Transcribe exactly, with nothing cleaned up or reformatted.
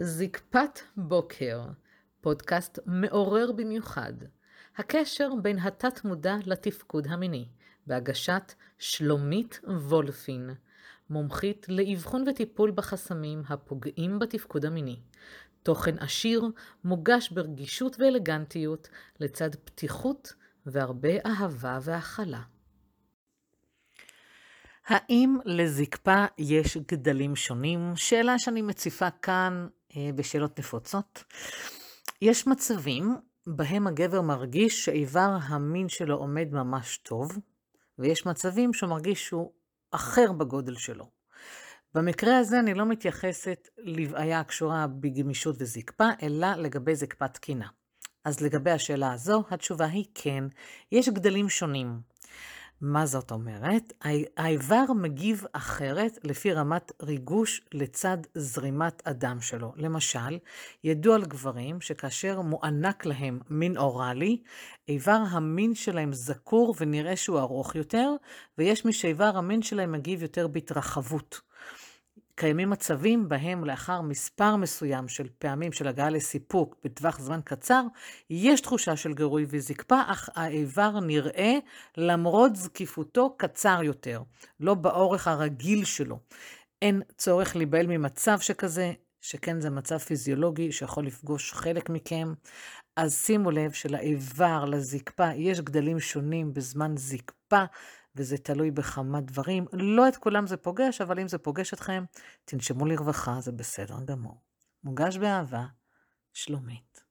זקפת בוקר, פודקאסט מעורר במיוחד. הקשר בין התת מודע לתפקוד המיני, בהגשת שלומית וולפין, מומחית לאבחון וטיפול בחסמים הפוגעים בתפקוד המיני. תוכן עשיר, מוגש ברגישות ואלגנטיות, לצד פתיחות והרבה אהבה והכלה. האם לזקפה יש גדלים שונים? שאלה שאני מציפה כאן אה, בשאלות נפוצות. יש מצבים בהם הגבר מרגיש שאיבר המין שלו עומד ממש טוב, ויש מצבים שהוא מרגיש שהוא אחר בגודל שלו. במקרה הזה אני לא מתייחסת לבעיה הקשורה בגמישות וזקפה, אלא לגבי זקפה תקינה. אז לגבי השאלה הזו, התשובה היא כן, יש גדלים שונים. מה זאת אומרת? האיבר מגיב אחרת לפי רמת ריגוש לצד זרימת הדם שלו. למשל, ידוע על גברים שכאשר מוענק להם מין אוראלי, איבר המין שלהם זקור ונראה שהוא ארוך יותר, ויש מי שאיבר המין שלהם מגיב יותר בהתרחבות. קיימים מצבים בהם לאחר מספר מסוים של פעמים של הגעה לסיפוק בטווח זמן קצר, יש תחושה של גירוי וזקפה, אך האיבר נראה למרות זקיפותו קצר יותר, לא באורך הרגיל שלו. אין צורך להיבהל ממצב שכזה, שכן זה מצב פיזיולוגי שיכול לפגוש חלק מכם. אז שימו לב שלאיבר, לזקפה, יש גדלים שונים בזמן זקפה, וזה תלוי בכמה דברים. לא את כולם זה פוגש, אבל אם זה פוגש אתכם, תנשמו לרווחה, זה בסדר גמור. מוגש באהבה, שלומית.